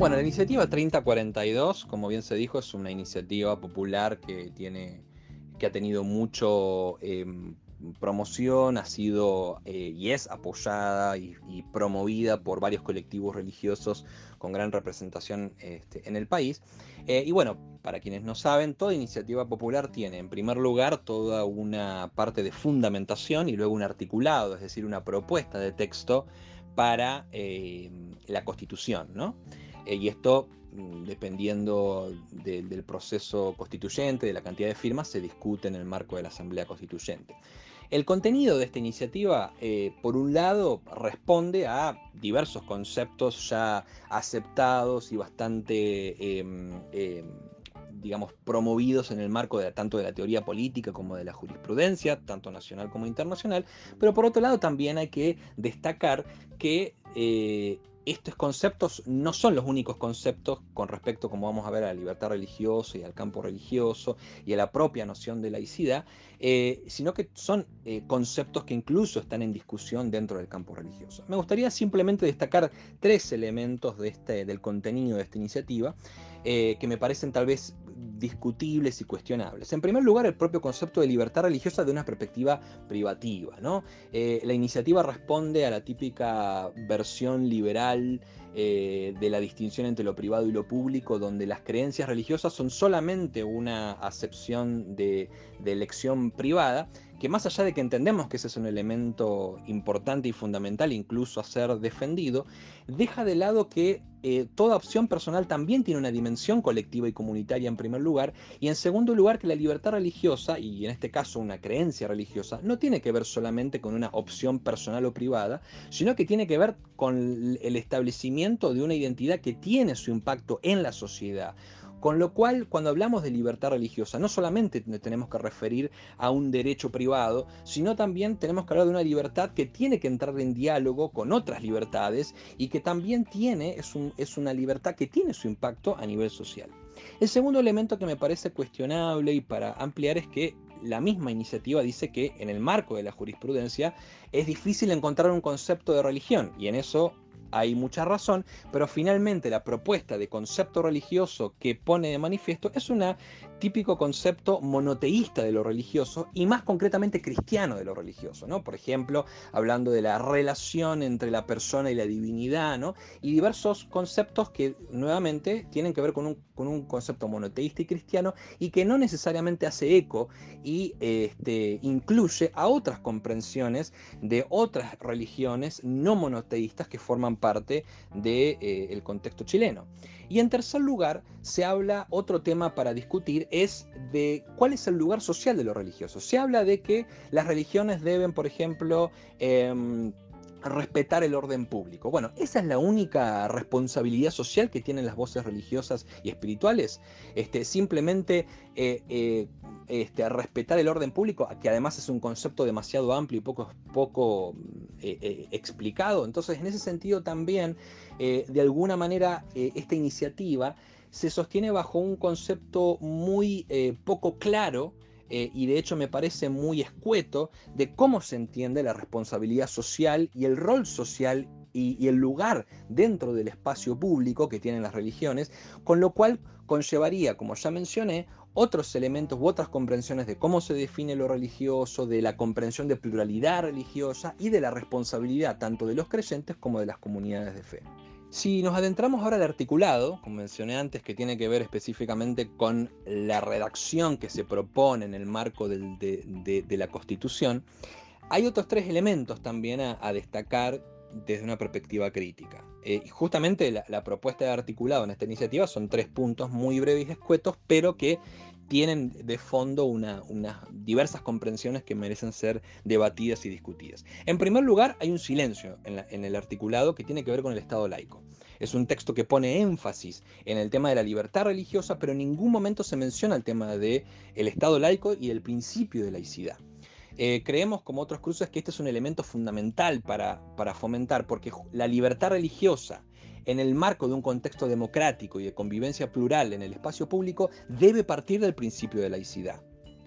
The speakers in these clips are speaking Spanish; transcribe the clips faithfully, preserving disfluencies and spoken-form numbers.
Bueno, la iniciativa treinta cuarenta y dos, como bien se dijo, es una iniciativa popular que tiene, que ha tenido mucho eh, promoción, ha sido eh, y es apoyada y, y promovida por varios colectivos religiosos con gran representación este, en el país. Eh, y bueno, para quienes no saben, toda iniciativa popular tiene, en primer lugar, toda una parte de fundamentación y luego un articulado, es decir, una propuesta de texto para eh, la Constitución, ¿no? Eh, y esto, dependiendo de, del proceso constituyente, de la cantidad de firmas, se discute en el marco de la Asamblea Constituyente. El contenido de esta iniciativa, eh, por un lado, responde a diversos conceptos ya aceptados y bastante, eh, eh, digamos, promovidos en el marco de, tanto de la teoría política como de la jurisprudencia, tanto nacional como internacional, pero por otro lado también hay que destacar que eh, estos conceptos no son los únicos conceptos con respecto, como vamos a ver, a la libertad religiosa y al campo religioso y a la propia noción de laicidad, eh, sino que son eh, conceptos que incluso están en discusión dentro del campo religioso. Me gustaría simplemente destacar tres elementos de este, del contenido de esta iniciativa eh, que me parecen tal vez discutibles y cuestionables. En primer lugar, el propio concepto de libertad religiosa de una perspectiva privativa, ¿no? Eh, la iniciativa responde a la típica versión liberal eh, de la distinción entre lo privado y lo público, donde las creencias religiosas son solamente una acepción de, de elección privada, que más allá de que entendemos que ese es un elemento importante y fundamental incluso a ser defendido, deja de lado que eh, toda opción personal también tiene una dimensión colectiva y comunitaria en primer lugar, y en segundo lugar que la libertad religiosa, y en este caso una creencia religiosa, no tiene que ver solamente con una opción personal o privada, sino que tiene que ver con el establecimiento de una identidad que tiene su impacto en la sociedad. Con lo cual, cuando hablamos de libertad religiosa, no solamente tenemos que referir a un derecho privado, sino también tenemos que hablar de una libertad que tiene que entrar en diálogo con otras libertades y que también tiene, es, un, es una libertad que tiene su impacto a nivel social. El segundo elemento que me parece cuestionable y para ampliar es que la misma iniciativa dice que en el marco de la jurisprudencia es difícil encontrar un concepto de religión, y en eso hay mucha razón, pero finalmente la propuesta de concepto religioso que pone de manifiesto es un típico concepto monoteísta de lo religioso y más concretamente cristiano de lo religioso, ¿no? Por ejemplo, hablando de la relación entre la persona y la divinidad, ¿no? Y diversos conceptos que nuevamente tienen que ver con un, con un concepto monoteísta y cristiano y que no necesariamente hace eco y este, incluye a otras comprensiones de otras religiones no monoteístas que forman parte del de, eh, contexto chileno. Y en tercer lugar, se habla, otro tema para discutir es de cuál es el lugar social de lo religioso. Se habla de que las religiones deben, por ejemplo, eh, respetar el orden público. Bueno, esa es la única responsabilidad social que tienen las voces religiosas y espirituales. Este, simplemente eh, eh, este, respetar el orden público, que además es un concepto demasiado amplio y poco, poco eh, eh, explicado. Entonces, en ese sentido también, eh, de alguna manera, eh, esta iniciativa se sostiene bajo un concepto muy eh, poco claro, Eh, y de hecho me parece muy escueto de cómo se entiende la responsabilidad social y el rol social y, y el lugar dentro del espacio público que tienen las religiones, con lo cual conllevaría, como ya mencioné, otros elementos u otras comprensiones de cómo se define lo religioso, de la comprensión de pluralidad religiosa y de la responsabilidad tanto de los creyentes como de las comunidades de fe. Si nos adentramos ahora al articulado, como mencioné antes, que tiene que ver específicamente con la redacción que se propone en el marco del, de, de, de la Constitución, hay otros tres elementos también a, a destacar desde una perspectiva crítica. Eh, y justamente la, la propuesta de articulado en esta iniciativa son tres puntos muy breves y escuetos, pero que tienen de fondo una, unas diversas comprensiones que merecen ser debatidas y discutidas. En primer lugar, hay un silencio en, la, en el articulado que tiene que ver con el Estado laico. Es un texto que pone énfasis en el tema de la libertad religiosa, pero en ningún momento se menciona el tema del Estado laico y el principio de laicidad. Eh, creemos, como otros cruces, que este es un elemento fundamental para, para fomentar, porque la libertad religiosa en el marco de un contexto democrático y de convivencia plural en el espacio público debe partir del principio de laicidad.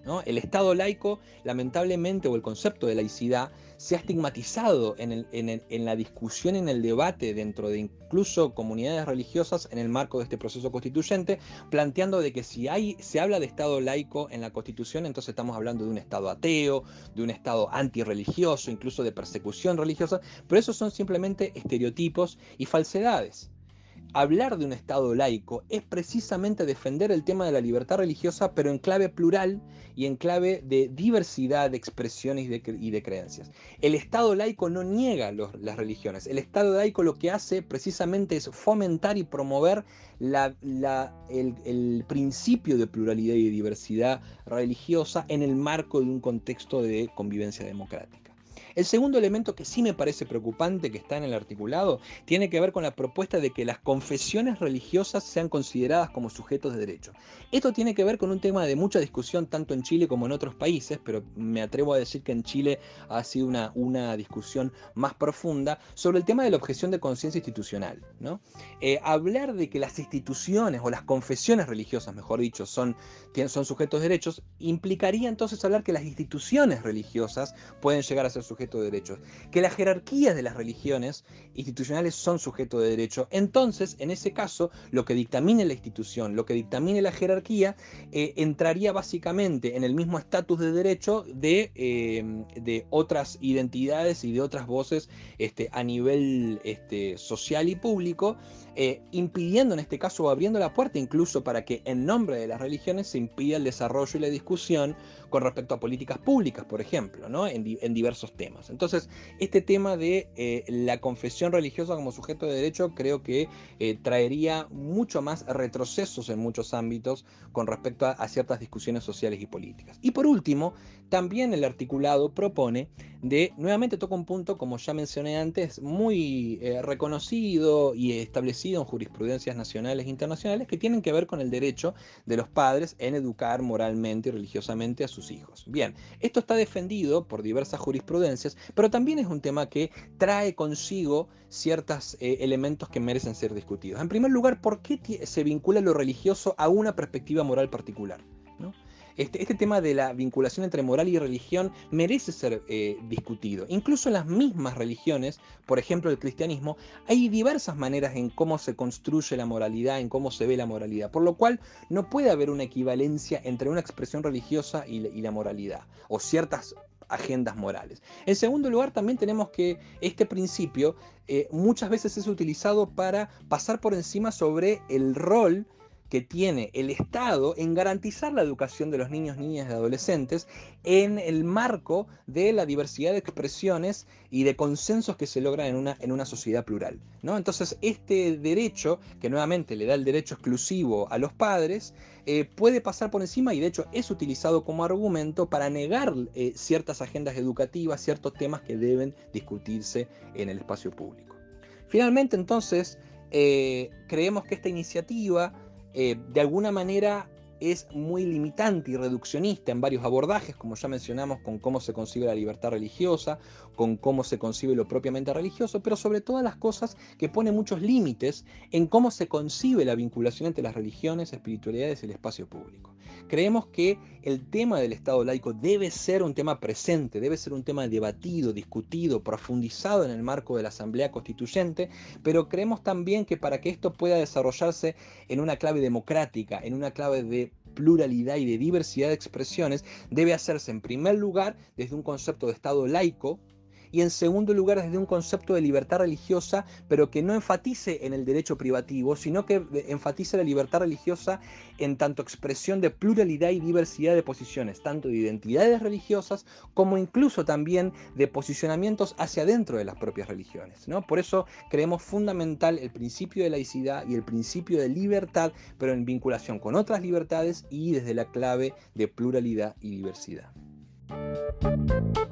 ¿no? El Estado laico, lamentablemente, o el concepto de laicidad, se ha estigmatizado en, el, en, el, en la discusión, en el debate dentro de incluso comunidades religiosas en el marco de este proceso constituyente, planteando de que si hay, se habla de Estado laico en la Constitución, entonces estamos hablando de un Estado ateo, de un Estado antirreligioso, incluso de persecución religiosa, pero esos son simplemente estereotipos y falsedades. Hablar de un Estado laico es precisamente defender el tema de la libertad religiosa, pero en clave plural y en clave de diversidad de expresiones y de, y de creencias. El Estado laico no niega los, las religiones. El Estado laico lo que hace precisamente es fomentar y promover la, la, el, el principio de pluralidad y de diversidad religiosa en el marco de un contexto de convivencia democrática. El segundo elemento que sí me parece preocupante que está en el articulado tiene que ver con la propuesta de que las confesiones religiosas sean consideradas como sujetos de derecho. Esto tiene que ver con un tema de mucha discusión tanto en Chile como en otros países, pero me atrevo a decir que en Chile ha sido una, una discusión más profunda sobre el tema de la objeción de conciencia institucional, ¿no? Eh, hablar de que las instituciones o las confesiones religiosas, mejor dicho, son, son sujetos de derechos, implicaría entonces hablar que las instituciones religiosas pueden llegar a ser sujetos de derechos, que las jerarquías de las religiones institucionales son sujetos de derecho. Entonces, en ese caso, lo que dictamine la institución, lo que dictamine la jerarquía, eh, entraría básicamente en el mismo estatus de derecho de, eh, de otras identidades y de otras voces este, a nivel este, social y público, eh, impidiendo en este caso o abriendo la puerta incluso para que en nombre de las religiones se impida el desarrollo y la discusión con respecto a políticas públicas, por ejemplo, ¿no? en, en diversos temas. Entonces, este tema de eh, la confesión religiosa como sujeto de derecho creo que eh, traería mucho más retrocesos en muchos ámbitos con respecto a, a ciertas discusiones sociales y políticas. Y por último, también el articulado propone de, nuevamente toca un punto, como ya mencioné antes, muy eh, reconocido y establecido en jurisprudencias nacionales e internacionales que tienen que ver con el derecho de los padres en educar moralmente y religiosamente a sus hijos. Bien, esto está defendido por diversas jurisprudencias, pero también es un tema que trae consigo ciertos eh, elementos que merecen ser discutidos. En primer lugar, ¿por qué se vincula lo religioso a una perspectiva moral particular? ¿No? Este, este tema de la vinculación entre moral y religión merece ser eh, discutido. Incluso en las mismas religiones, por ejemplo el cristianismo, hay diversas maneras en cómo se construye la moralidad, en cómo se ve la moralidad, por lo cual no puede haber una equivalencia entre una expresión religiosa y la, y la moralidad, o ciertas agendas morales. En segundo lugar, también tenemos que este principio eh, muchas veces es utilizado para pasar por encima sobre el rol que tiene el Estado en garantizar la educación de los niños, niñas y adolescentes en el marco de la diversidad de expresiones y de consensos que se logran en una, en una sociedad plural, ¿no? Entonces, este derecho, que nuevamente le da el derecho exclusivo a los padres, eh, puede pasar por encima y de hecho es utilizado como argumento para negar eh, ciertas agendas educativas, ciertos temas que deben discutirse en el espacio público. Finalmente, entonces, eh, creemos que esta iniciativa Eh, de alguna manera es muy limitante y reduccionista en varios abordajes, como ya mencionamos, con cómo se concibe la libertad religiosa, con cómo se concibe lo propiamente religioso, pero sobre todas las cosas que pone muchos límites en cómo se concibe la vinculación entre las religiones, espiritualidades y el espacio público. Creemos que el tema del Estado laico debe ser un tema presente, debe ser un tema debatido, discutido, profundizado en el marco de la Asamblea Constituyente, pero creemos también que para que esto pueda desarrollarse en una clave democrática, en una clave de pluralidad y de diversidad de expresiones, debe hacerse en primer lugar desde un concepto de Estado laico y en segundo lugar desde un concepto de libertad religiosa, pero que no enfatice en el derecho privativo, sino que enfatice la libertad religiosa en tanto expresión de pluralidad y diversidad de posiciones, tanto de identidades religiosas como incluso también de posicionamientos hacia adentro de las propias religiones, ¿no? Por eso creemos fundamental el principio de laicidad y el principio de libertad, pero en vinculación con otras libertades y desde la clave de pluralidad y diversidad.